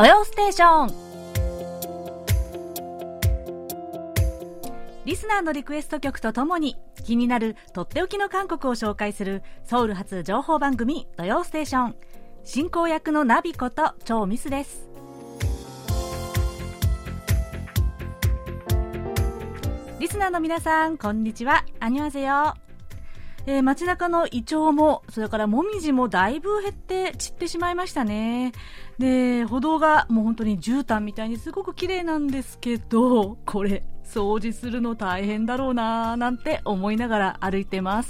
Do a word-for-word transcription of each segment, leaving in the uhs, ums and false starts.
土曜ステーション。リスナーのリクエスト曲とともに気になるとっておきの韓国を紹介するソウル発情報番組土曜ステーション。進行役のナビことチョウミスです。リスナーの皆さん、こんにちは。アニョハセヨ。えー、街中のイチョウもそれからモミジもだいぶ減って散ってしまいましたね。で、歩道がもう本当に絨毯みたいにすごく綺麗なんですけど、これ掃除するの大変だろうななんて思いながら歩いてます。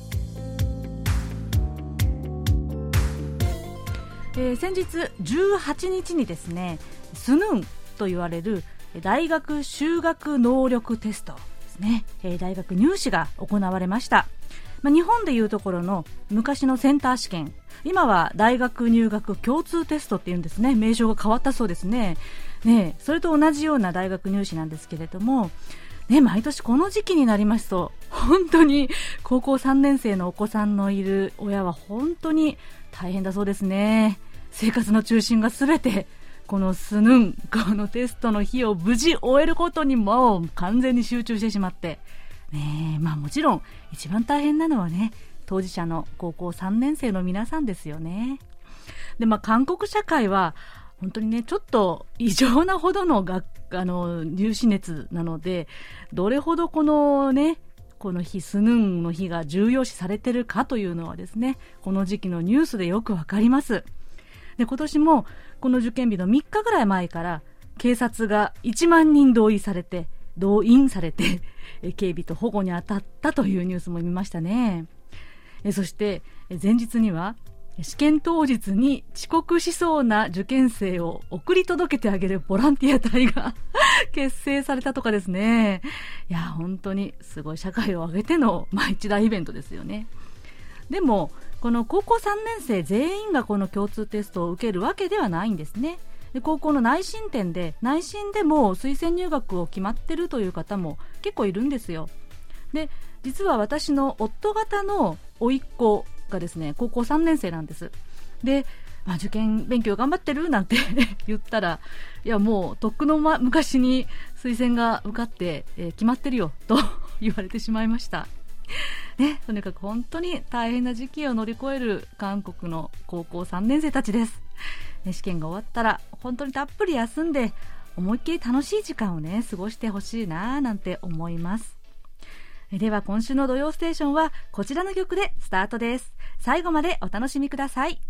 えー、先日じゅうはちにちにですね、スヌンと言われる大学修学能力テストですね、えー、大学入試が行われました。まあ、日本でいうところの昔のセンター試験、今は大学入学共通テストっていうんですね。名称が変わったそうですね。ね、それと同じような大学入試なんですけれども、ね、毎年この時期になりますと本当に高校さんねん生のお子さんのいる親は本当に大変だそうですね。生活の中心がすべてこのスヌン、このテストの日を無事終えることにもう完全に集中してしまってねえ、まあもちろん一番大変なのはね、当事者の高校さんねん生の皆さんですよね。で、まあ韓国社会は本当にね、ちょっと異常なほどのがあの入試熱なので、どれほどこのね、この日スヌンの日が重要視されてるかというのはですね、この時期のニュースでよくわかります。で、今年もこの受験日のみっかぐらい前から警察がいちまんにん動員されて動員されて警備と保護に当たったというニュースも見ましたね。そして前日には試験当日に遅刻しそうな受験生を送り届けてあげるボランティア隊が結成されたとかですね。いや本当にすごい社会を挙げての、まあ、一大イベントですよね。でもこの高校さんねん生全員がこの共通テストを受けるわけではないんですね。で、高校の内申点で内申でも推薦入学を決まってるという方も結構いるんですよ。で、実は私の夫方の甥っ子がですね、高校さんねん生なんです。で、まあ、受験勉強頑張ってるなんて言ったら、いやもうとっくの、ま、昔に推薦が受かって、えー、決まってるよと言われてしまいましたね。とにかく本当に大変な時期を乗り越える韓国の高校さんねん生たちです。試験が終わったら本当にたっぷり休んで思いっきり楽しい時間をね過ごしてほしいななんて思います。では今週の土曜ステーションはこちらの曲でスタートです。最後までお楽しみください。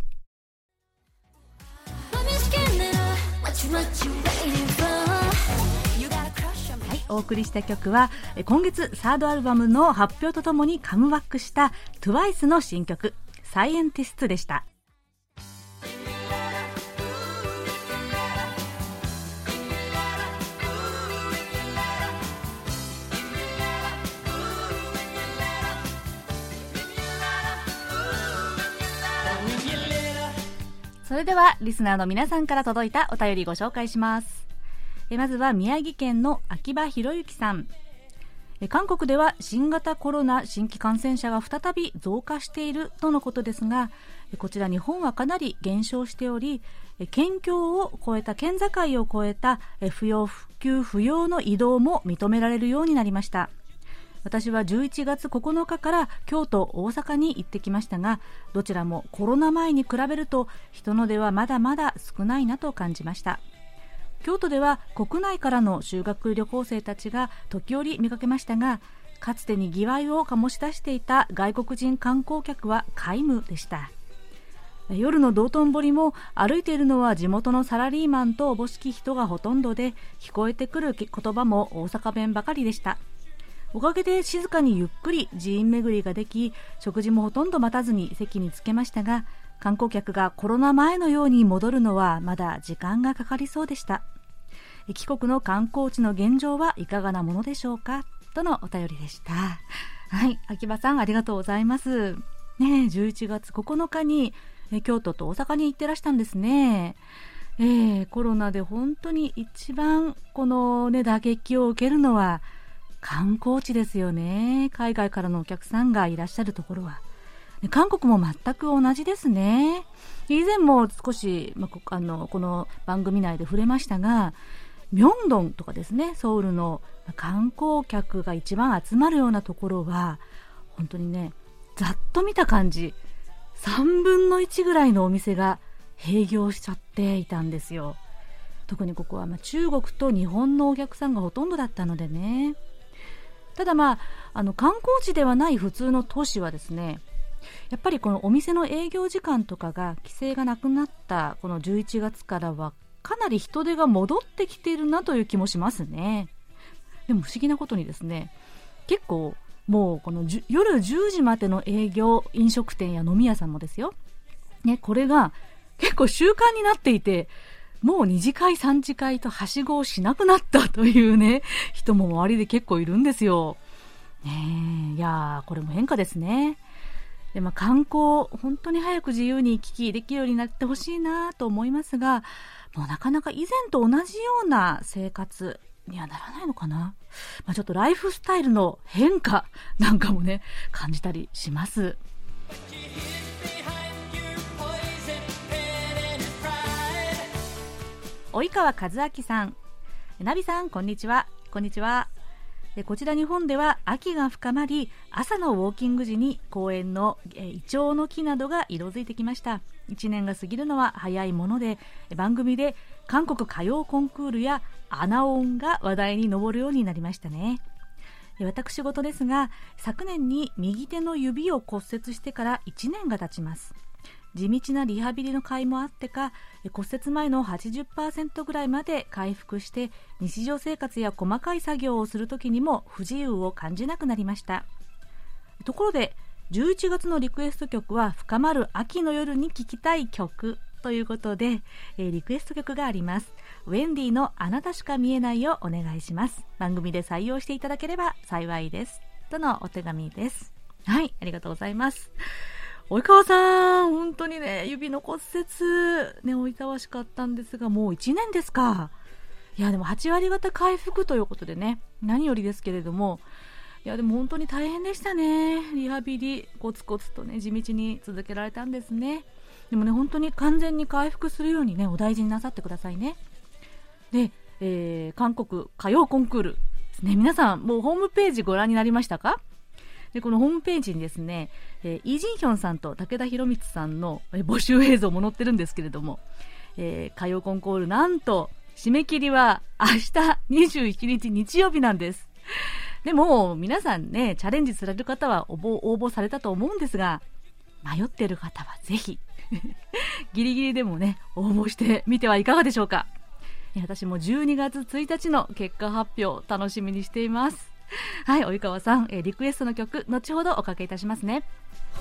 はい、お送りした曲は今月サードアルバムの発表とともにカムバックした トゥワイス の新曲サイエンティストでした。それではリスナーの皆さんから届いたお便りご紹介します。えまずは宮城県の秋葉博之さん。え韓国では新型コロナ新規感染者が再び増加しているとのことですが、こちら日本はかなり減少しており、県境を越えた県境を越えた不要不急不要の移動も認められるようになりました。私はじゅういちがつここのかから京都、大阪に行ってきましたが、どちらもコロナ前に比べると人の出はまだまだ少ないなと感じました。京都では国内からの修学旅行生たちが時折見かけましたが、かつてにぎわいを醸し出していた外国人観光客は皆無でした。夜の道頓堀も歩いているのは地元のサラリーマンとおぼしき人がほとんどで、聞こえてくる言葉も大阪弁ばかりでした。おかげで静かにゆっくり寺院巡りができ、食事もほとんど待たずに席に着けましたが、観光客がコロナ前のように戻るのはまだ時間がかかりそうでした。帰国の観光地の現状はいかがなものでしょうか、とのお便りでした。はい、秋葉さんありがとうございます。ねえ、じゅういちがつここのかに京都と大阪に行ってらしたんですね。えー、コロナで本当に一番この、ね、打撃を受けるのは観光地ですよね。海外からのお客さんがいらっしゃるところは。 で韓国も全く同じですね。以前も少し、まあ、あのこの番組内で触れましたが、ミョンドンとかですね、ソウルの観光客が一番集まるようなところは本当にね、ざっと見た感じさんぶんのいちぐらいのお店が閉業しちゃっていたんですよ。特にここはまあ中国と日本のお客さんがほとんどだったのでね。ただまあ、あの観光地ではない普通の都市はですね、やっぱりこのお店の営業時間とかが規制がなくなったこのじゅういちがつからはかなり人手が戻ってきているなという気もしますね。でも不思議なことにですね、結構もうこの夜じゅうじまでの営業、飲食店や飲み屋さんもですよ、ね、これが結構習慣になっていて、もうに次会さん次会とはしごをしなくなったというね、人も周りで結構いるんですよ。ねえ、いやー、これも変化ですね。で、まあ、観光本当に早く自由に行き来できるようになってほしいなと思いますが、もうなかなか以前と同じような生活にはならないのかな。まあ、ちょっとライフスタイルの変化なんかもね、感じたりします。及川和明さん、ナビさん、こんにちは。こんにちは。こちら日本では秋が深まり、朝のウォーキング時に公園のイチョウの木などが色づいてきました。いちねんが過ぎるのは早いもので、番組で韓国歌謡コンクールやアナオンが話題に上るようになりましたね。私事ですが、昨年に右手の指を骨折してからいちねんが経ちます。地道なリハビリの甲斐もあってか、骨折前の はちじゅっパーセント ぐらいまで回復して、日常生活や細かい作業をするときにも不自由を感じなくなりました。ところでじゅういちがつのリクエスト曲は深まる秋の夜に聴きたい曲ということで、えー、リクエスト曲があります。ウェンディのあなたしか見えないをお願いします。番組で採用していただければ幸いです、とのお手紙です。はい、ありがとうございます。及川さん、本当にね、指の骨折ね、お痛わしかったんですが、もういちねんですか。いやでもはちわり方回復ということでね、何よりですけれども、いやでも本当に大変でしたね。リハビリコツコツとね、地道に続けられたんですね。でもね、本当に完全に回復するようにね、お大事になさってくださいね。で、えー、韓国歌謡コンクールですね。皆さんもうホームページご覧になりましたか？で、このホームページにですね、えー、イ・ジンヒョンさんと武田博光さんの、えー、募集映像も載ってるんですけれども、えー、歌謡コンクール、なんと締め切りは明日にじゅういちにち日曜日なんです。でも皆さんね、チャレンジされる方は応募、応募されたと思うんですが、迷ってる方はぜひギリギリでもね、応募してみてはいかがでしょうか。私もじゅうにがつついたちの結果発表楽しみにしています。はい、及川さん、リクエストの曲後ほどおかけいたしますね。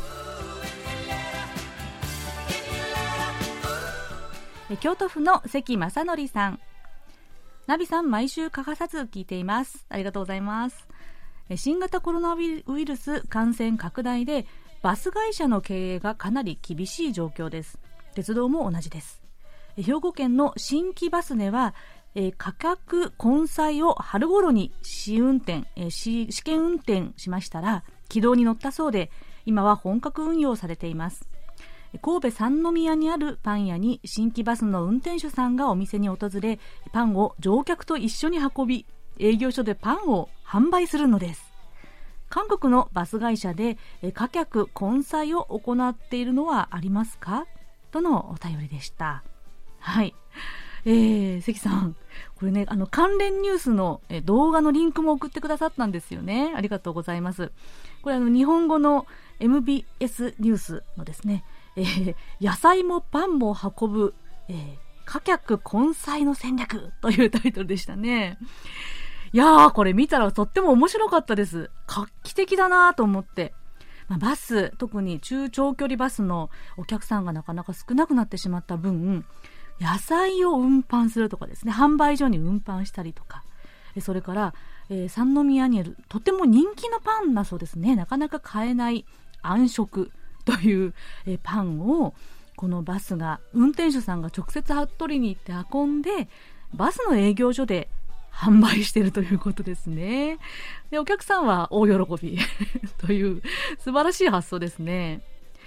京都府の関正則さん、ナビさん、毎週欠かさず聞いています。ありがとうございます。新型コロナウイルス感染拡大でバス会社の経営がかなり厳しい状況です。鉄道も同じです。兵庫県の新規バスではえー、価格混載を春頃に試運転、えー、試, 試験運転しましたら軌道に乗ったそうで、今は本格運用されています。神戸三宮にあるパン屋に新規バスの運転手さんがお店に訪れ、パンを乗客と一緒に運び、営業所でパンを販売するのです。韓国のバス会社で価格混載を行っているのはありますか、とのお便りでした。はい、えー、関さん、これね、あの関連ニュースのえ動画のリンクも送ってくださったんですよね。ありがとうございます。これあの日本語の エムビーエス ニュースのですね、えー、野菜もパンも運ぶ、えー、価格混載の戦略というタイトルでしたね。いやー、これ見たらとっても面白かったです。画期的だなと思って、まあ、バス、特に中長距離バスのお客さんがなかなか少なくなってしまった分、野菜を運搬するとかですね、販売所に運搬したりとか、それから、えー、三宮にあるとても人気のパンだそうですね。なかなか買えない暗食という、えー、パンをこのバスが運転手さんが直接取りに行って運んで、バスの営業所で販売しているということですね。で、お客さんは大喜びという素晴らしい発想ですね。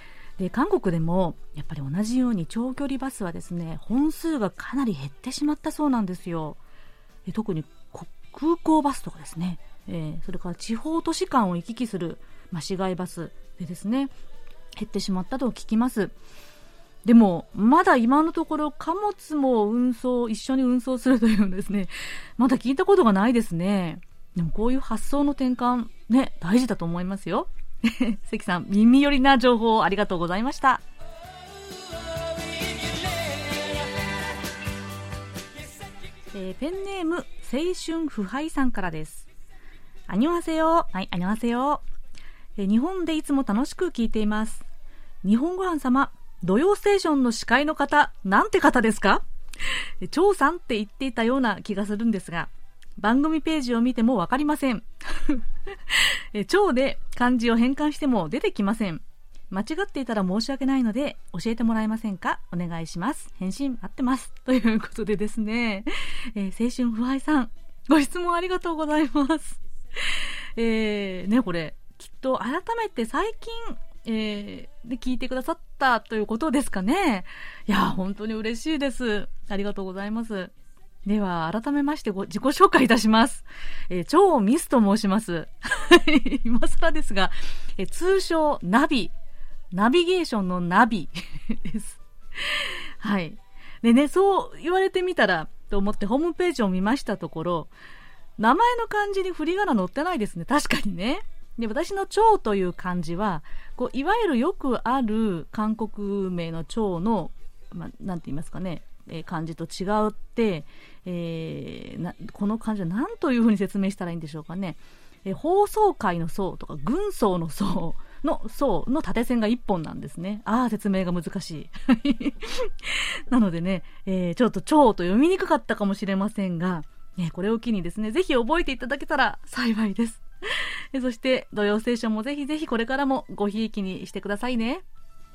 で韓国でもやっぱり同じように長距離バスはですね、本数がかなり減ってしまったそうなんですよ。で特に空港バスとかですね、えー、それから地方都市間を行き来する、まあ、市街バスでですね、減ってしまったと聞きます。でもまだ今のところ貨物も運送一緒に運送するというのですね、まだ聞いたことがないですね。でもこういう発想の転換ね、大事だと思いますよ。関さん、耳寄りな情報ありがとうございました。えー、ペンネーム青春腐敗さんからです。アニョハセヨ。はい、アニョハセヨ。えー、日本でいつも楽しく聞いています。日本ごはん様、土曜ステーションの司会の方、なんて方ですか？張さんって言っていたような気がするんですが、番組ページを見てもわかりません。張で漢字を変換しても出てきません。間違っていたら申し訳ないので教えてもらえませんか？お願いします。返信待ってます。ということでですね、えー、青春不敗さん、ご質問ありがとうございます。えー、ね、これきっと改めて最近、えー、で聞いてくださったということですかね。いや本当に嬉しいです。ありがとうございます。では改めましてご自己紹介いたします。えー、超ミスと申します。今更ですが、えー、通称ナビ、ナビゲーションのナビです。はい。でね、そう言われてみたらと思ってホームページを見ましたところ、名前の漢字に振り仮名載ってないですね。確かにね。で、私の蝶という漢字は、こういわゆるよくある韓国名の蝶の、まあ、なんて言いますかね、えー、漢字と違うって、えー、なこの漢字は何というふうに説明したらいいんでしょうかね。えー、放送会の層とか軍曹の層の層の縦線が一本なんですね。ああ、説明が難しい。なのでね、えー、ちょっと蝶と読みにくかったかもしれませんが、ね、これを機にですね、ぜひ覚えていただけたら幸いです。そして土曜ステーションもぜひぜひこれからもごひいきにしてくださいね。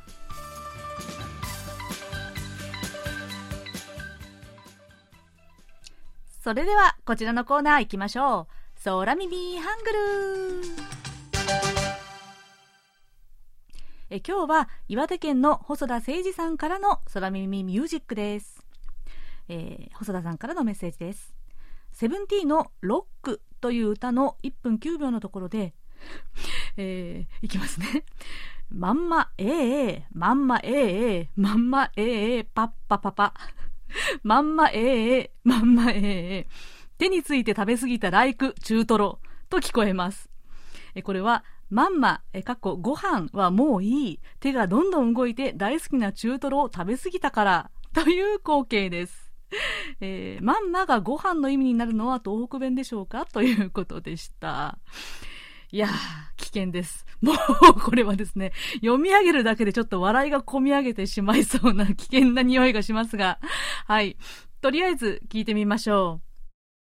それではこちらのコーナー行きましょう。空耳ハングル。え今日は岩手県の細田誠二さんからの空耳ミュージックです。えー、細田さんからのメッセージです。セブンティーンのロックという歌のいっぷんきゅうびょうのところで、えー、いきますね。まんまえーえー、まんまえーえー、まんまえーえー、パッパパパ。まんまえーえー、まんまえーえー。手について食べ過ぎたライク中トロと聞こえます。えこれは、まんま、えかっこご飯はもういい。手がどんどん動いて大好きな中トロを食べ過ぎたからという光景です。えー、まんまがご飯の意味になるのは東北弁でしょうかということでした。いやー、危険です。もうこれはですね、読み上げるだけでちょっと笑いがこみ上げてしまいそうな危険な匂いがしますが、はい。とりあえず聞いてみましょう。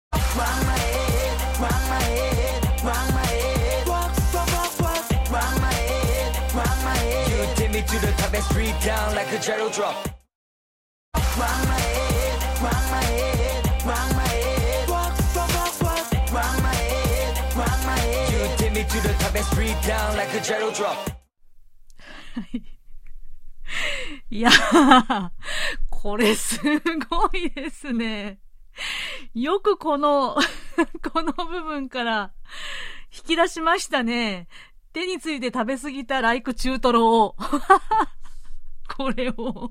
いやー、これすごいですね。よくこのこの部分から引き出しましたね。手について食べ過ぎたライク中トロをこれを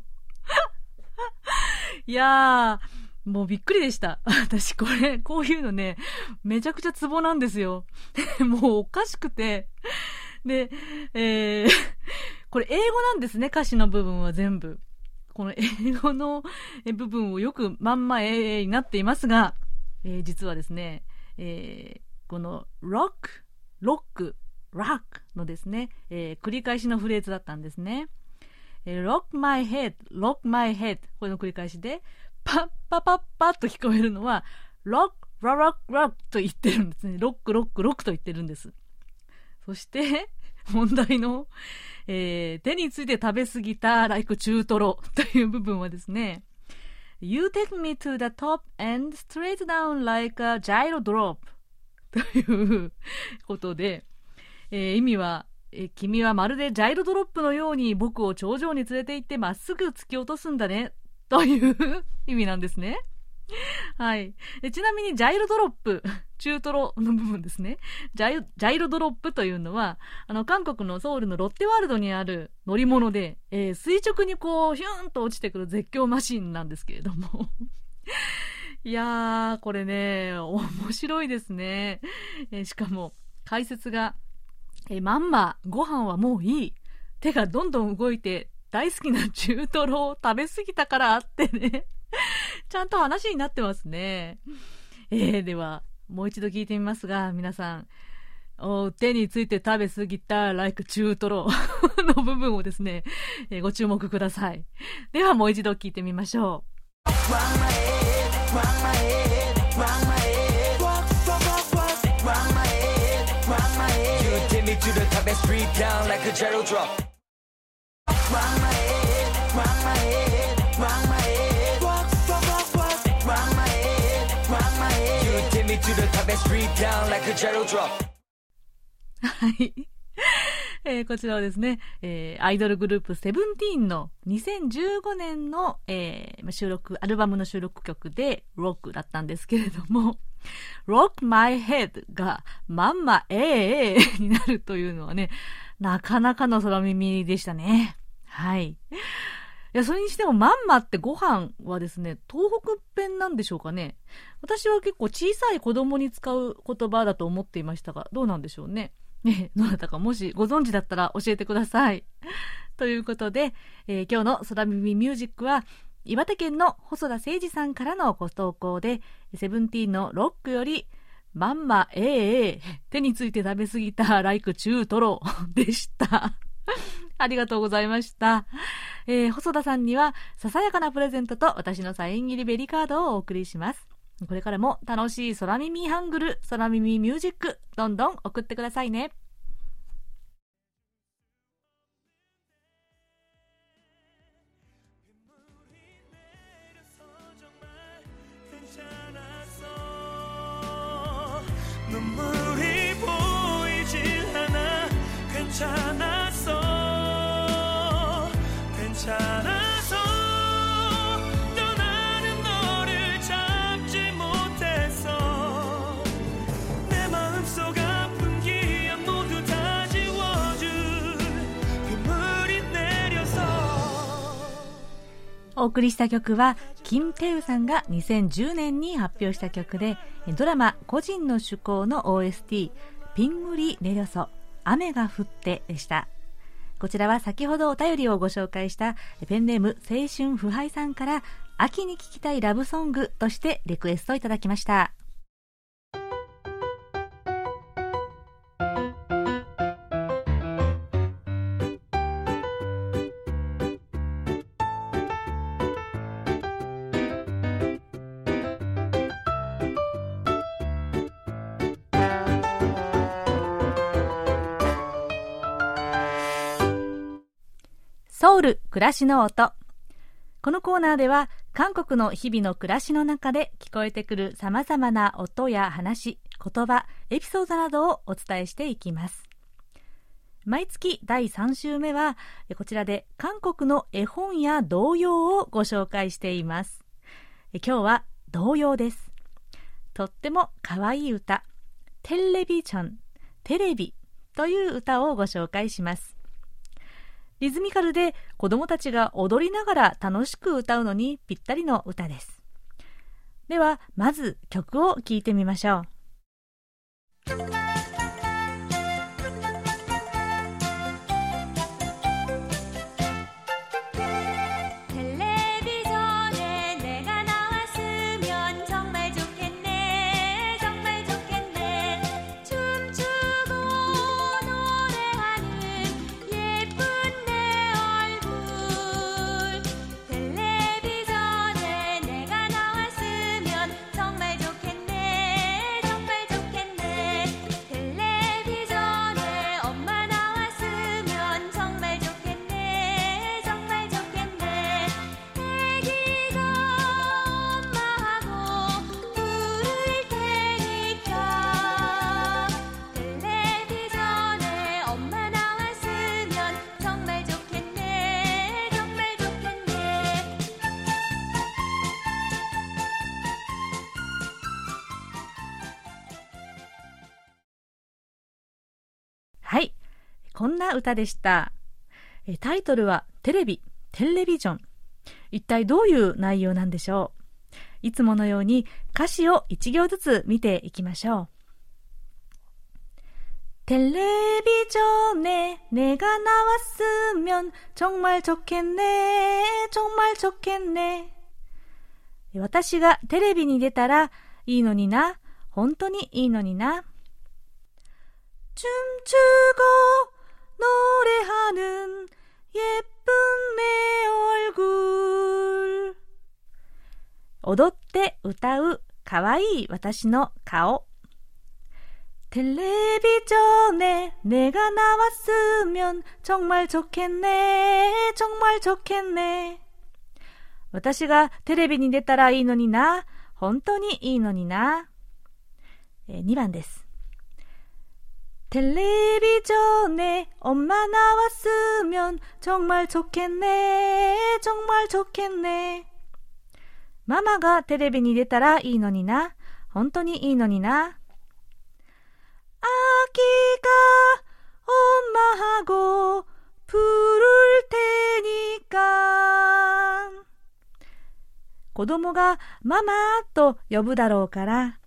いやー、もうびっくりでした。私これこういうのね、めちゃくちゃツボなんですよ。もうおかしくて、で、えー、これ英語なんですね。歌詞の部分は全部この英語の部分をよくまんまえーになっていますが、えー、実はですね、えー、このロック、ロック、ロックのですね、えー、繰り返しのフレーズだったんですね。えー、ロックマイヘッド、ロックマイヘッド、これの繰り返しで、パッパッパッパッと聞こえるのは、ロック、ロック、ロックと言ってるんですね。ロック、ロック、ロックと言ってるんです。そして、問題の、えー、手について食べ過ぎた like 中トロという部分はですね、You take me to the top and straight down like a gyro drop ということで、えー、意味は、 え君はまるでジャイロドロップのように僕を頂上に連れて行ってまっすぐ突き落とすんだねという意味なんですね。はい。えちなみにジャイロドロップ、中トロの部分ですね。ジャイ、ジャイロドロップというのは、あの、韓国のソウルのロッテワールドにある乗り物で、えー、垂直にこう、ヒューンと落ちてくる絶叫マシンなんですけれども。いやー、これね、面白いですね。えー、しかも、解説が、えまんまご飯はもういい、手がどんどん動いて大好きな中トロを食べ過ぎたからってねちゃんと話になってますね。えー、ではもう一度聞いてみますが、皆さん、お手について食べ過ぎた like 中トロの部分をですね、えー、ご注目ください。ではもう一度聞いてみましょう。 To the top and street down like a gyro drop. Round my head, round my head, round my head. Walk, walk, walk, walk. Round my head, round my head. You take me to the top and street down like a gyro drop. はい。えー、こちらはですね、えー、アイドルグループセブンティーンのにせんじゅうごねんの、えー、収録、アルバムの収録曲でロックだったんですけれども、Rock My Head がまんまえーえーになるというのはね、なかなかの空耳でしたね。はい。いや、それにしてもまんまってご飯はですね、東北弁なんでしょうかね。私は結構小さい子供に使う言葉だと思っていましたが、どうなんでしょうね。ね、どなたかもしご存知だったら教えてください。ということで、えー、今日の空耳ミュージックは、岩手県の細田誠二さんからのご投稿で、セブンティーンのロックより、まんまえーえー、手について食べ過ぎたライク中トロでした。ありがとうございました。えー、細田さんには、ささやかなプレゼントと私のサイン入りベリーカードをお送りします。これからも楽しい空耳ハングル、空耳ミュージック、どんどん送ってくださいね。 눈물이 보이질 않아. 괜찮았어, 괜찮아서 떠나는 너를 잡지 못했어. 내 마음속 아픈 기억 모두 다 지워줄 빗물이 내려서. お送りした曲はキム・テウさんがにせんじゅうねんに発表した曲で、ドラマ個人の趣向の オーエスティー ピングリネリョソ、雨が降ってでした。こちらは先ほどお便りをご紹介したペンネーム青春腐敗さんから秋に聴きたいラブソングとしてリクエストいただきました。ソウル暮らしの音。このコーナーでは韓国の日々の暮らしの中で聞こえてくるさまざまな音や話、言葉、エピソードなどをお伝えしていきます。毎月だいさん週目はこちらで韓国の絵本や童謡をご紹介しています。今日は童謡です。とっても可愛い歌、テレビチョン、テレビという歌をご紹介します。リズミカルで子どもたちが踊りながら楽しく歌うのにぴったりの歌です。ではまず曲を聴いてみましょう。 はい、こんな歌でした。タイトルはテレビ、テレビジョン。一体どういう内容なんでしょう。いつものように歌詞を一行ずつ見ていきましょう。텔레비전에 내가 나왔으면 정말 좋겠네, 정말 좋겠네. 私がテレビに出たらいいのにな、本当にいいのにな。춤추고 노래하는 예쁜 내 얼굴. 踊って歌うかわいい私の顔。텔레비전에 내가 나왔으면 정말 좋겠네, 정말 좋겠네. 私がテレビに出たらいいのにな、本当にいいのにな。にばんです。텔레비전에 엄마 나왔으면 정말 좋겠네, 정말 좋겠네. ママがテレビに出たらいいのにな、本当にいいのにな。아기가 엄마하고 부를 테니까. 子供がママと呼ぶだろうから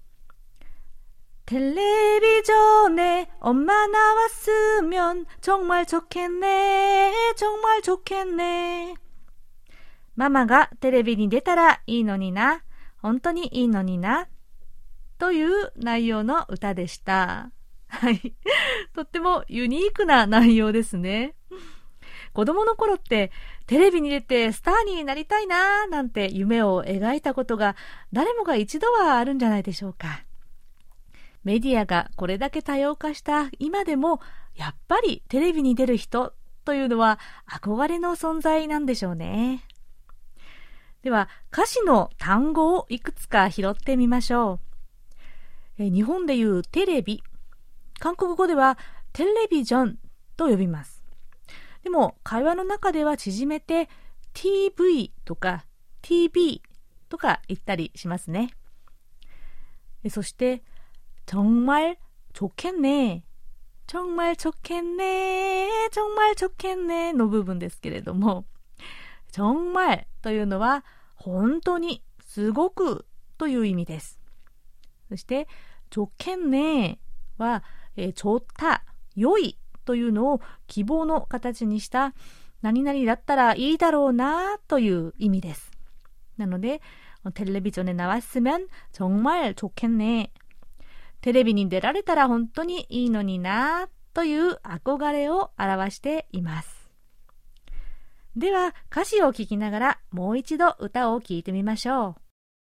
。텔레비전에 엄마 나왔으면 정말 좋겠네, 정말 좋겠네. ママがテレビに出たらいいのにな、本当にいいのにな。という内容の歌でした。はい。とってもユニークな内容ですね。子供の頃ってテレビに出てスターになりたいななんて夢を描いたことが誰もが一度はあるんじゃないでしょうか。メディアがこれだけ多様化した今でもやっぱりテレビに出る人というのは憧れの存在なんでしょうね。では歌詞の単語をいくつか拾ってみましょう。え日本でいうテレビ、韓国語ではテレビジョンと呼びます。でも会話の中では縮めて ティーブイ とか ティービー とか言ったりしますね。そして정말 좋겠네, 정말 좋겠네, 정말 좋겠네の部分ですけれども、정말というのは本当に、すごくという意味です。そして좋겠네は、えー、좋다、良いというのを希望の形にした何々だったらいいだろうなという意味です。なので텔레비전에 나왔으면 정말 좋겠네、テレビに出られたら本当にいいのになという憧れを表しています。では歌詞を聞きながらもう一度歌を聴いてみましょう。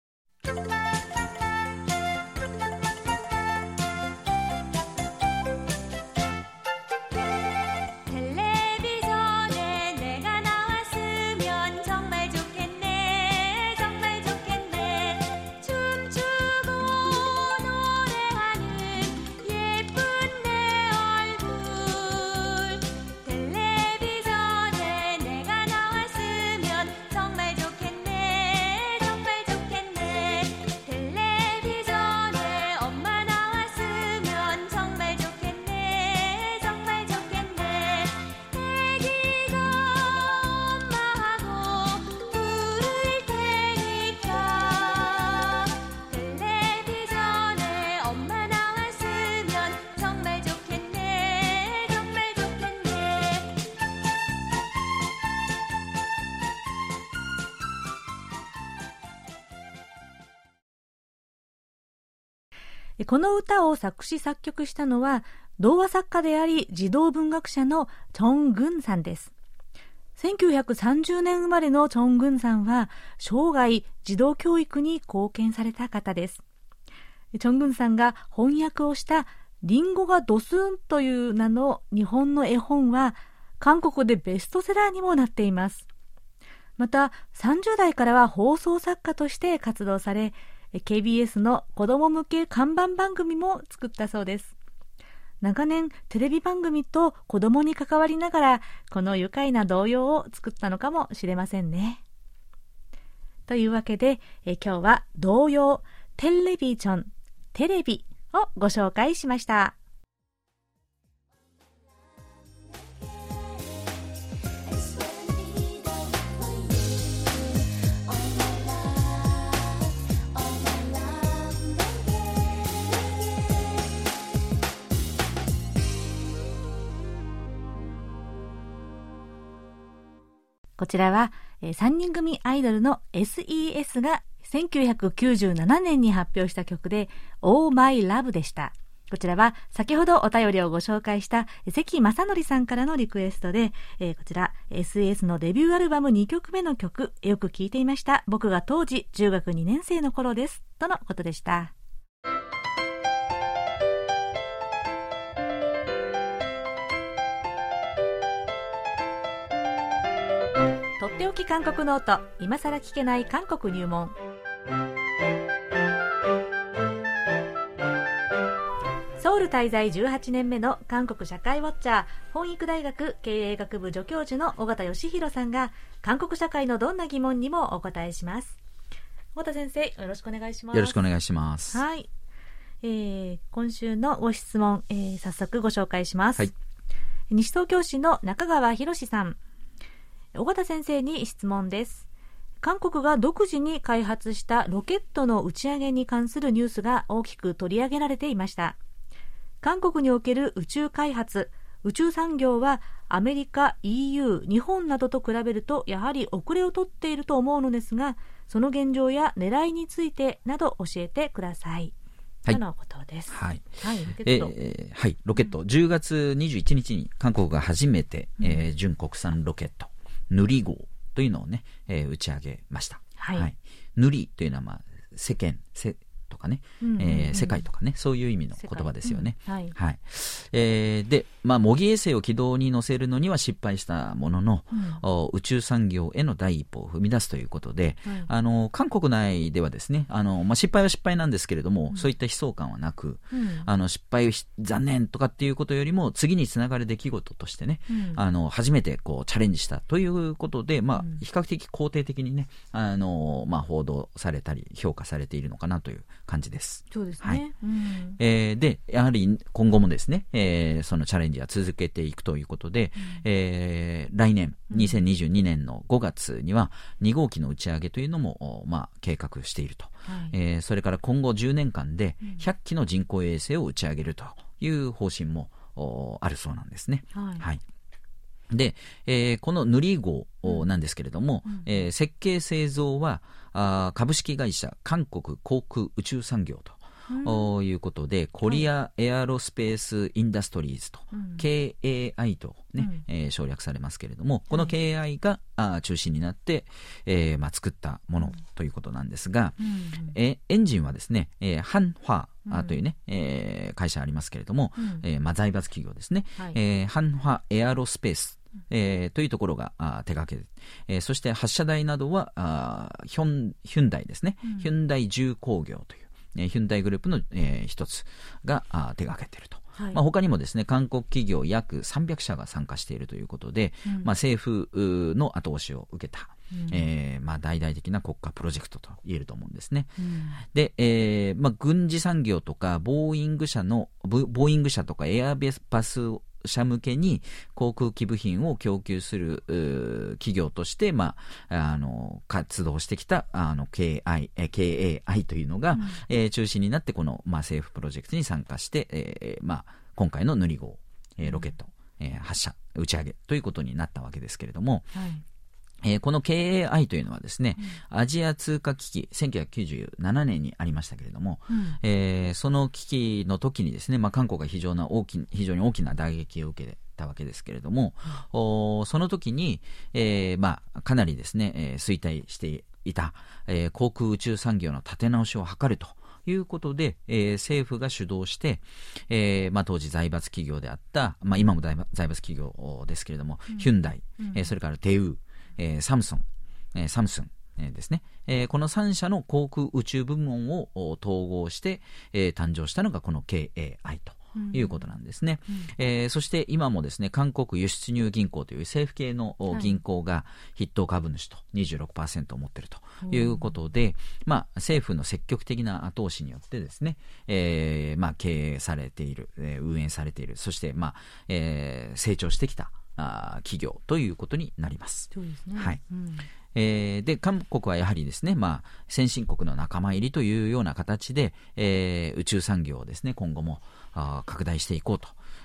この歌を作詞作曲したのは童話作家であり児童文学者のチョン・グンさんです。せんきゅうひゃくさんじゅうねん生まれのチョン・グンさんは生涯児童教育に貢献された方です。チョン・グンさんが翻訳をしたリンゴがドスンという名の日本の絵本は韓国でベストセラーにもなっています。またさんじゅう代からは放送作家として活動され、ケービーエス の子供向け看板番組も作ったそうです。長年テレビ番組と子供に関わりながらこの愉快な童謡を作ったのかもしれませんね。というわけでえ今日は童謡テレビジョン、テレビをご紹介しました。 こちらは、えー、さんにん組アイドルの エスイーエス がせんきゅうひゃくきゅうじゅうななねんに発表した曲で Oh My Love でした。こちらは先ほどお便りをご紹介した関正則さんからのリクエストで、えー、こちら エスイーエス のデビューアルバムにきょくめの曲、よく聴いていました。僕が当時中学にねん生の頃です。とのことでした。とっておき韓国ノート、今さら聞けない韓国入門。ソウル滞在じゅうはちねんめの韓国社会ウォッチャー、本育大学経営学部助教授の尾形義弘さんが韓国社会のどんな疑問にもお答えします。尾形先生、よろしくお願いします。 よろしくお願いします。 はい、えー、今週のご質問、えー、早速ご紹介します。はい、西東京市の中川博さん、尾形先生に質問です。韓国が独自に開発したロケットの打ち上げに関するニュースが大きく取り上げられていました。韓国における宇宙開発、宇宙産業はアメリカ、イーユー、日本などと比べるとやはり遅れをとっていると思うのですが、その現状や狙いについてなど教えてください。はい、とのことです。 はい。 はい、ロケット。 えー、はい、ロケット。うん、じゅうがつにじゅういちにちに韓国が初めて、うん、えー、純国産ロケット、ヌリ号というのをね、えー、打ち上げました。はい。はい、ヌリというのは、まあ、世間、せとかね、うんうんうん、えー、世界とかね、そういう意味の言葉ですよね。うん、はい、はい、えー、で、まあ、模擬衛星を軌道に乗せるのには失敗したものの、うん、宇宙産業への第一歩を踏み出すということで、はい、あの韓国内ではですね、あの、まあ、失敗は失敗なんですけれども、うん、そういった悲壮感はなく、うん、あの失敗残念とかっていうことよりも次につながる出来事としてね、うん、あの初めてこうチャレンジしたということで、まあ、比較的肯定的にね、あの、まあ、報道されたり評価されているのかなという感じです。 そうですね。 はい、うん、えー、でやはり今後もですね、えー、そのチャレンジは続けていくということで、うん、えー、来年にせんにじゅうにねんのごがつにはに号機の打ち上げというのも、まあ、計画していると、はい、えー、それから今後じゅうねんかんでひゃっきの人工衛星を打ち上げるという方針もあるそうなんですね。はい、はい、で、えー、このヌリ号なんですけれども、うん、えー、設計製造はあ株式会社韓国航空宇宙産業と、うん、いうことでコリアエアロスペースインダストリーズと、うん、ケーエーアイ と、ね、うん、えー、省略されますけれども、この ケーエーアイ があ中心になって、えーまあ、作ったものということなんですが、うん、えエンジンはですね、えー、ハンファーというね、えー、会社ありますけれども、うん、えーまあ、財閥企業ですね、はい、えー、ハンファエアロスペースえー、というところがあ手掛ける、えー、そして発射台などはあヒョンヒュンダイですね、うん、ヒュンダイ重工業という、えー、ヒュンダイグループの、えー、一つがあ手掛けていると、はい、まあ、他にもですね韓国企業約さんびゃくしゃが参加しているということで、うん、まあ、政府の後押しを受けた、うん、えーまあ、大々的な国家プロジェクトと言えると思うんですね。うん、で、えーまあ、軍事産業とかボーイング社のボーイング社とかエアバス社向けに航空機部品を供給する企業として、まあ、あの活動してきたあの ケーエーアイ、ケーエーアイ というのが、うん、えー、中心になってこの、まあ、政府プロジェクトに参加して、えーまあ、今回のヌリ号、えー、ロケット、うん、えー、発射打ち上げということになったわけですけれども、はい、えー、この ケーエーアイ というのはですね、うん、アジア通貨危機せんきゅうひゃくきゅうじゅうななねんにありましたけれども、うん、えー、その危機の時にですね、まあ、韓国が非常な大き非常に大きな打撃を受けたわけですけれども、うん、おその時に、えーまあ、かなりですね、えー、衰退していた、えー、航空宇宙産業の立て直しを図るということで、えー、政府が主導して、えーまあ、当時財閥企業であった、まあ、今も財閥企業ですけれども、うん、ヒュンダイ、うん、えー、それからテウー、えー、サムソン、えー、サムスン、えー、ですね、えー、このさん社の航空宇宙部門を統合して、えー、誕生したのがこの ケーエーアイ ということなんですね。うんうん、えー、そして今もですね、韓国輸出入銀行という政府系の銀行が筆頭株主と にじゅうろくパーセント を持っているということで、うん、まあ、政府の積極的な後押しによってですね、えーまあ、経営されている、えー、運営されている、そして、まあえー、成長してきたあ企業ということになります。 そうですね。 はい。 うん、 えー、で韓国はやはりですね、まあ、先進国の仲間入りというような形で、えー、宇宙産業をですね今後もあ拡大していこうと、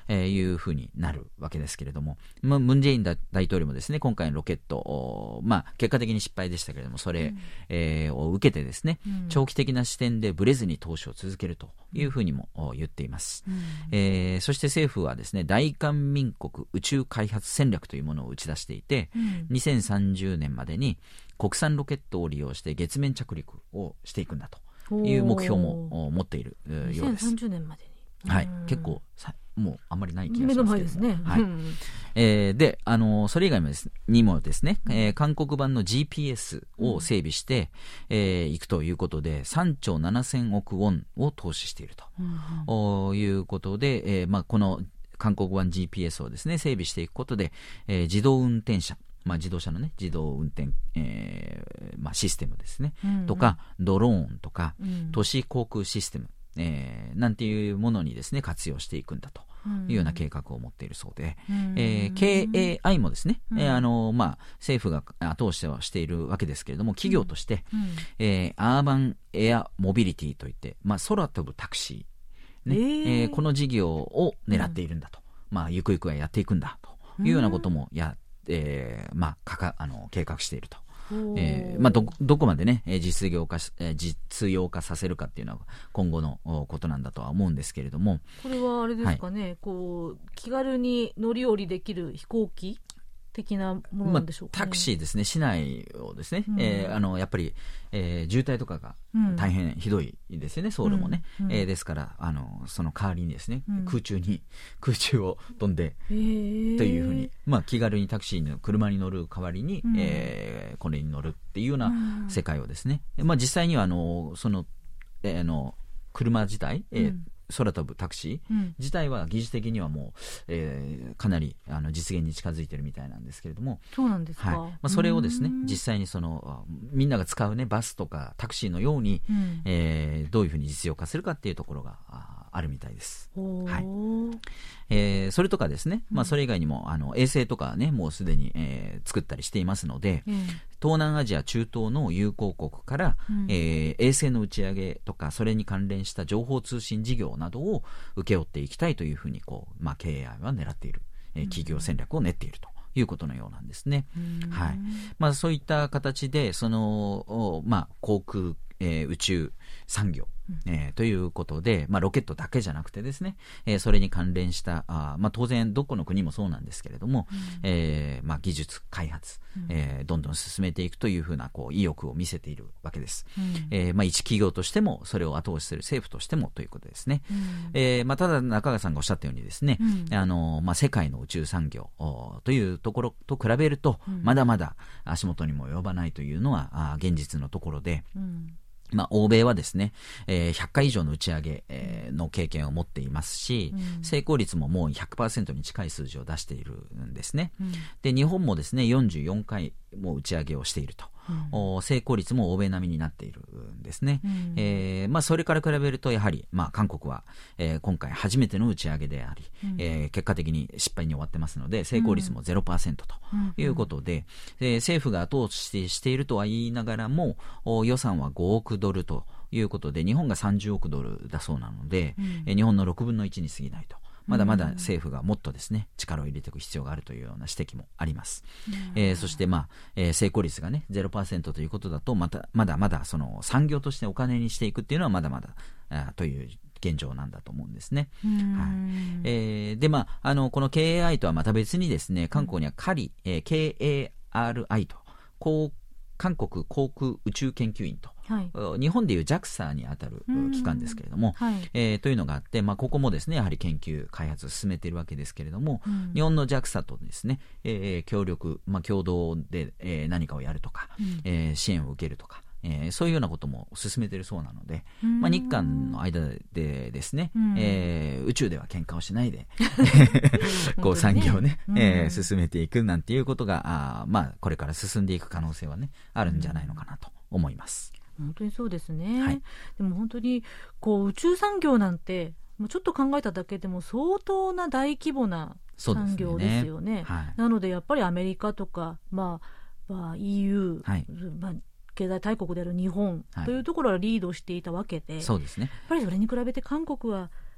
えー、いうふうになるわけですけれども、まあ、ムン・ジェイン大統領もですね、今回のロケット、まあ、結果的に失敗でしたけれども、それ、うんえー、を受けてですね、うん、長期的な視点でブレずに投資を続けるというふうにも言っています、うんえー、そして政府はですね、大韓民国宇宙開発戦略というものを打ち出していて、うん、にせんさんじゅうねんまでに国産ロケットを利用して月面着陸をしていくんだという目標も持っているようです。 にせんさんじゅうねんまでにはい、結構さもうあんまりない気がしますけども、 目の前ですね、 はいえー、であのそれ以外もですにもですね、えー、韓国版の ジーピーエス を整備してい、うんえー、くということでさんちょうななせんおくウォンを投資していると、うん、いうことで、えーまあ、この韓国版 ジーピーエス をですね整備していくことで、えー、自動運転車まあ、自動車のね自動運転、えーまあ、システムですね、うんうん、とかドローンとか、うん、都市航空システムえー、なんていうものにですね活用していくんだというような計画を持っているそうで、うんえー、ケーエーアイ もですね、うんえーあのまあ、政府が後押しはしているわけですけれども、企業として、うんえー、アーバンエアモビリティといって、まあ、空飛ぶタクシー、ねえーえー、この事業を狙っているんだと、うんまあ、ゆくゆくはやっていくんだというようなこともや、えーまあ、かかあの計画していると。えーまあ、ど, どこまで、ね、実用化、えー、実用化させるかっていうのは今後のことなんだとは思うんですけれども、 これはあれですかね、はい、こう気軽に乗り降りできる飛行機的なものなんでしょうかね。 まあ、タクシーですね、市内をですね、うんえー、あのやっぱり、えー、渋滞とかが大変ひどいですよね、うん、ソウルもね、うんうんえー、ですからあのその代わりにですね、うん、空中に空中を飛んで、というふうに、まあ、気軽にタクシーの車に乗る代わりに、うんえー、これに乗るっていうような世界をですね、うんまあ、実際にはあのその、えー、あの車自体、えーうん空飛ぶタクシー自体は技術的にはもう、えー、かなりあの実現に近づいているみたいなんですけれども、 そうなんですか、 はいまあ、それをですね実際にそのみんなが使う、ね、バスとかタクシーのように、うんえー、どういうふうに実用化するかっていうところがあるみたいです、はいえー、それとかですね、まあ、それ以外にもあの衛星とかねもうすでに、えー、作ったりしていますので、うん東南アジア中東の友好国から、うんえー、衛星の打ち上げとかそれに関連した情報通信事業などを請け負っていきたいというふうにこう、まあ、ケーエーアイ は狙っている、えー、企業戦略を練っているということのようなんですね、うんはいまあ、そういった形でその、まあ、航空、えー、宇宙産業えー、ということで、まあ、ロケットだけじゃなくてですね、えー、それに関連したあ、まあ、当然どこの国もそうなんですけれども、うんえーまあ、技術開発、うんえー、どんどん進めていくというふうなこう意欲を見せているわけです、うんえーまあ、一企業としてもそれを後押しする政府としてもということですね、うんえーまあ、ただ中川さんがおっしゃったようにですね、うんあのまあ、世界の宇宙産業というところと比べると、うん、まだまだ足元にも及ばないというのはあ現実のところで、うんまあ、欧米はですね、えー、ひゃっかい以上の打ち上げ、えー、の経験を持っていますし、うん、成功率ももう ひゃくパーセント に近い数字を出しているんですね、うん、で日本もですねよんじゅうよんかいも打ち上げをしていると、うん、成功率も欧米並みになっているんですね、うんえーまあ、それから比べるとやはり、まあ、韓国は、えー、今回初めての打ち上げであり、うんえー、結果的に失敗に終わってますので成功率も ゼロパーセント ということで、うんえー、政府が後押ししているとは言いながらも予算はごおくドルということで日本がさんじゅうおくドルだそうなので、うんえー、日本のろくぶんのいちに過ぎないとまだまだ政府がもっとですね力を入れていく必要があるというような指摘もあります、うんえー、そして、まあえー、成功率がね ゼロパーセント ということだとまたまだまだその産業としてお金にしていくっていうのはまだまだあという現状なんだと思うんですね、はいえー、でまああのこの ケーエーアイ とはまた別にですね韓国にはカリ、えー、ケーエーアールアイ とこう韓国航空宇宙研究院と、はい、日本でいう ジャクサ にあたる機関ですけれども、はいえー、というのがあって、まあ、ここもですねやはり研究開発を進めているわけですけれども、うん、日本の ジャクサ とですね、えー、協力、まあ、共同で、えー、何かをやるとか、うんえー、支援を受けるとかえー、そういうようなことも進めているそうなので、まあ、日韓の間でですね、えー、宇宙では喧嘩をしないでこう産業をね、えー、進めていくなんていうことがあ、まあ、これから進んでいく可能性はねあるんじゃないのかなと思います。 本当にそうですね、はい、でも本当にこう宇宙産業なんてもうちょっと考えただけでも相当な大規模な産業ですよね。はい、なのでやっぱりアメリカとか、まあまあ、イーユー、はいまあ経済大国である日本というところはリードしていたわけで、はい、そうですね、やっぱりそれに比べて韓国は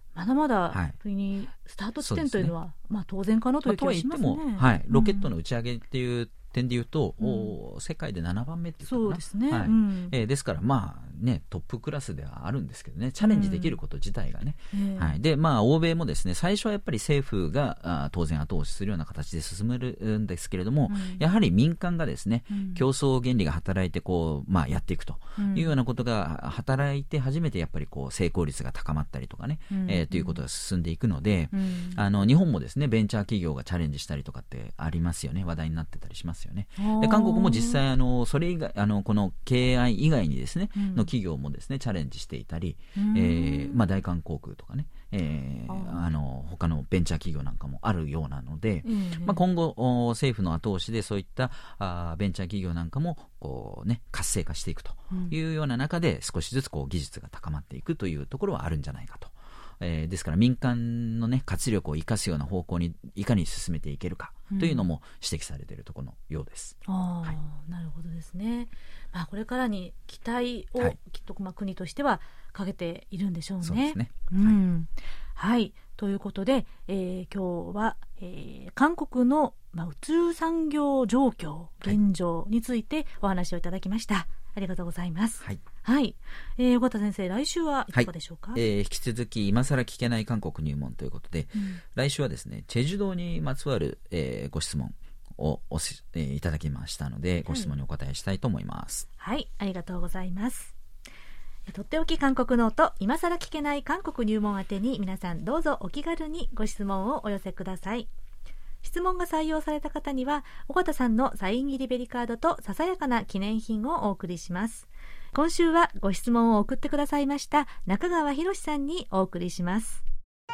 まだまだ、 はい本当にスタート地点というのは、まあ、当然かなという気がしますね。 まあ、とは言っても、はい、ロケットの打ち上げっていう点でいうと、うん、お世界でななばんめっていうかな。 そうですね、 はいうんえー、ですからまあねトップクラスではあるんですけどね、チャレンジできること自体がね、 うんはい、でまあ欧米もですね最初はやっぱり政府があ当然後押しするような形で進めるんですけれども、うん、やはり民間がですね、うん、競争原理が働いてこう、まあ、やっていくというようなことが働いて初めてやっぱりこう成功率が高まったりとかね、うんえー、ということが進んでいくので、うん、あの日本もですねベンチャー企業がチャレンジしたりとかってありますよね、話題になってたりしますよね。で韓国も実際あのそれ以外あのこの ケーアイ 以外にですね、うん、の企業もですねチャレンジしていたり、えーまあ、大韓航空とかね、えー、あの他のベンチャー企業なんかもあるようなので、うんまあ、今後政府の後押しでそういったあベンチャー企業なんかもこう、ね、活性化していくというような中で少しずつこう技術が高まっていくというところはあるんじゃないかと。えー、ですから民間の、ね、活力を生かすような方向にいかに進めていけるかというのも指摘されているところのようです、 うんあはい、なるほどですね、まあ、これからに期待を、はい、きっとまあ国としてはかけているんでしょうね。 そうですね、 うんはい、ということで、えー、今日は、えー、韓国の、まあ、宇宙産業状況現状についてお話をいただきました、はい、ありがとうございます。 はい、 はいえー、尾形先生、来週はいかがでしょうか。 はいえー、引き続き今更聞けない韓国入門ということで、うん、来週はですねチェジュ島にまつわる、えー、ご質問をおし、えー、いただきましたので、ご質問にお答えしたいと思います。 はい、はい、ありがとうございます。とっておき韓国ノート、今更聞けない韓国入門宛てに皆さんどうぞお気軽にご質問をお寄せください。質問が採用された方には尾形さんのサイン入りベリカードとささやかな記念品をお送りします。今週はご質問を送ってくださいました中川博さんにお送りします。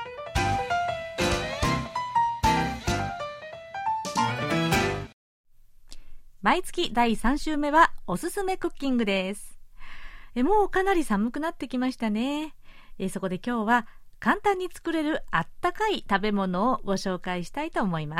毎月だいさん週目はおすすめクッキングです。えもうかなり寒くなってきましたね。えそこで今日は簡単に作れるあったかい食べ物をご紹介したいと思います。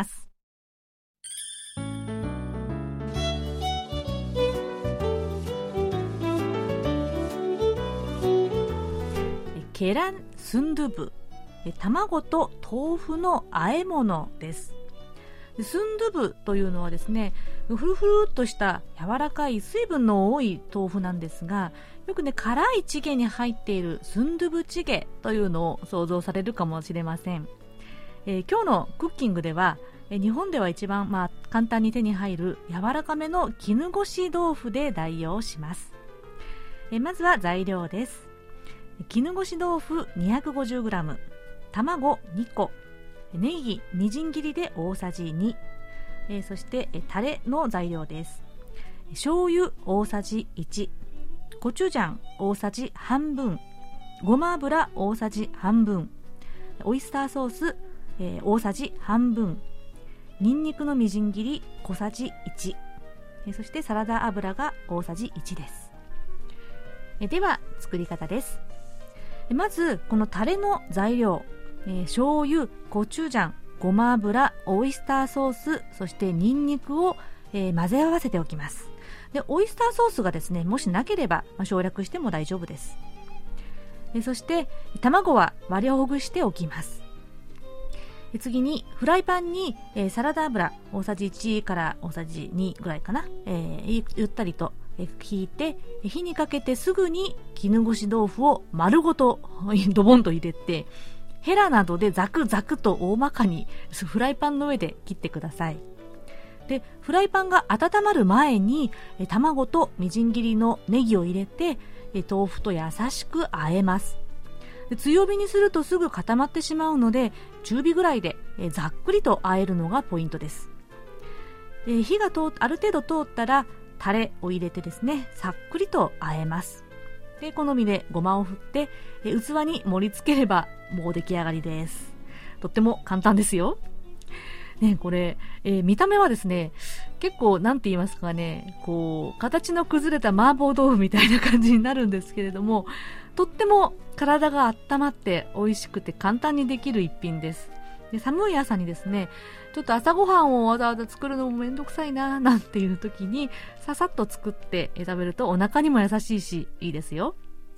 ケランスンドゥブ、卵と豆腐の和え物です。スンドゥブというのはですね、ふるふるっとした柔らかい水分の多い豆腐なんですが、よくね辛いチゲに入っているスンドゥブチゲというのを想像されるかもしれません。えー、今日のクッキングでは、えー、日本では一番、まあ、簡単に手に入る柔らかめの絹ごし豆腐で代用します。えー、まずは材料です。絹ごし豆腐 にひゃくごじゅうグラム、 卵にこ、ネギみじん切りで大さじに、えー、そしてえタレの材料です。醤油大さじいち、コチュジャン大さじ半分、ごま油大さじ半分、オイスターソース、えー、大さじ半分、ニンニクのみじん切り小さじいち、えー、そしてサラダ油が大さじいちです。えー、では作り方です。えー、まずこのタレの材料、えー、醤油、コチュジャン、ごま油、オイスターソース、そしてニンニクを、えー、混ぜ合わせておきます。でオイスターソースがですねもしなければ、まあ、省略しても大丈夫です。えー、そして卵は割りほぐしておきます。えー、次にフライパンに、えー、サラダ油大さじいちから大さじにぐらいかな、えー、ゆったりと引いて火にかけてすぐに絹ごし豆腐を丸ごとドボンと入れて、ヘラなどでザクザクと大まかにフライパンの上で切ってください。でフライパンが温まる前に卵とみじん切りのネギを入れて豆腐と優しく和えます。で強火にするとすぐ固まってしまうので中火ぐらいでざっくりと和えるのがポイントです。で火が通ある程度通ったらタレを入れてですねさっくりと和えます。で好みでごまを振ってえ器に盛り付ければもう出来上がりです。とっても簡単ですよ。ね、これ、えー、見た目はですね結構なんて言いますかね、こう形の崩れた麻婆豆腐みたいな感じになるんですけれども、とっても体が温まって美味しくて簡単にできる一品です。で寒い朝にですねちょっと朝ごはんをわざわざ作るのもめんどくさいななんていう時にささっと作って食べるとお腹にも優しいしいいですよ。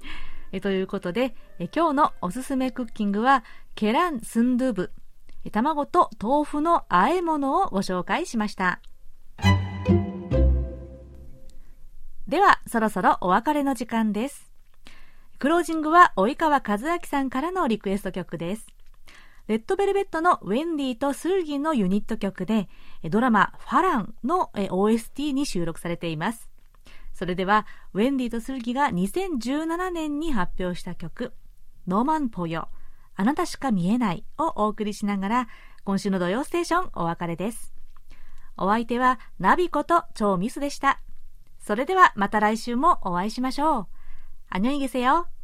えということで、え今日のおすすめクッキングはケランスンドゥブ、卵と豆腐の和え物をご紹介しました。ではそろそろお別れの時間です。クロージングは及川和明さんからのリクエスト曲です。レッドベルベットのウェンディとスルギのユニット曲で、ドラマファランの オーエスティー に収録されています。それではウェンディとスルギがにせんじゅうななねんに発表した曲ノーマンポヨ、あなたしか見えないをお送りしながら、今週の土曜ステーションお別れです。お相手はナビこと超ミスでした。それではまた来週もお会いしましょう。안녕히 계세요。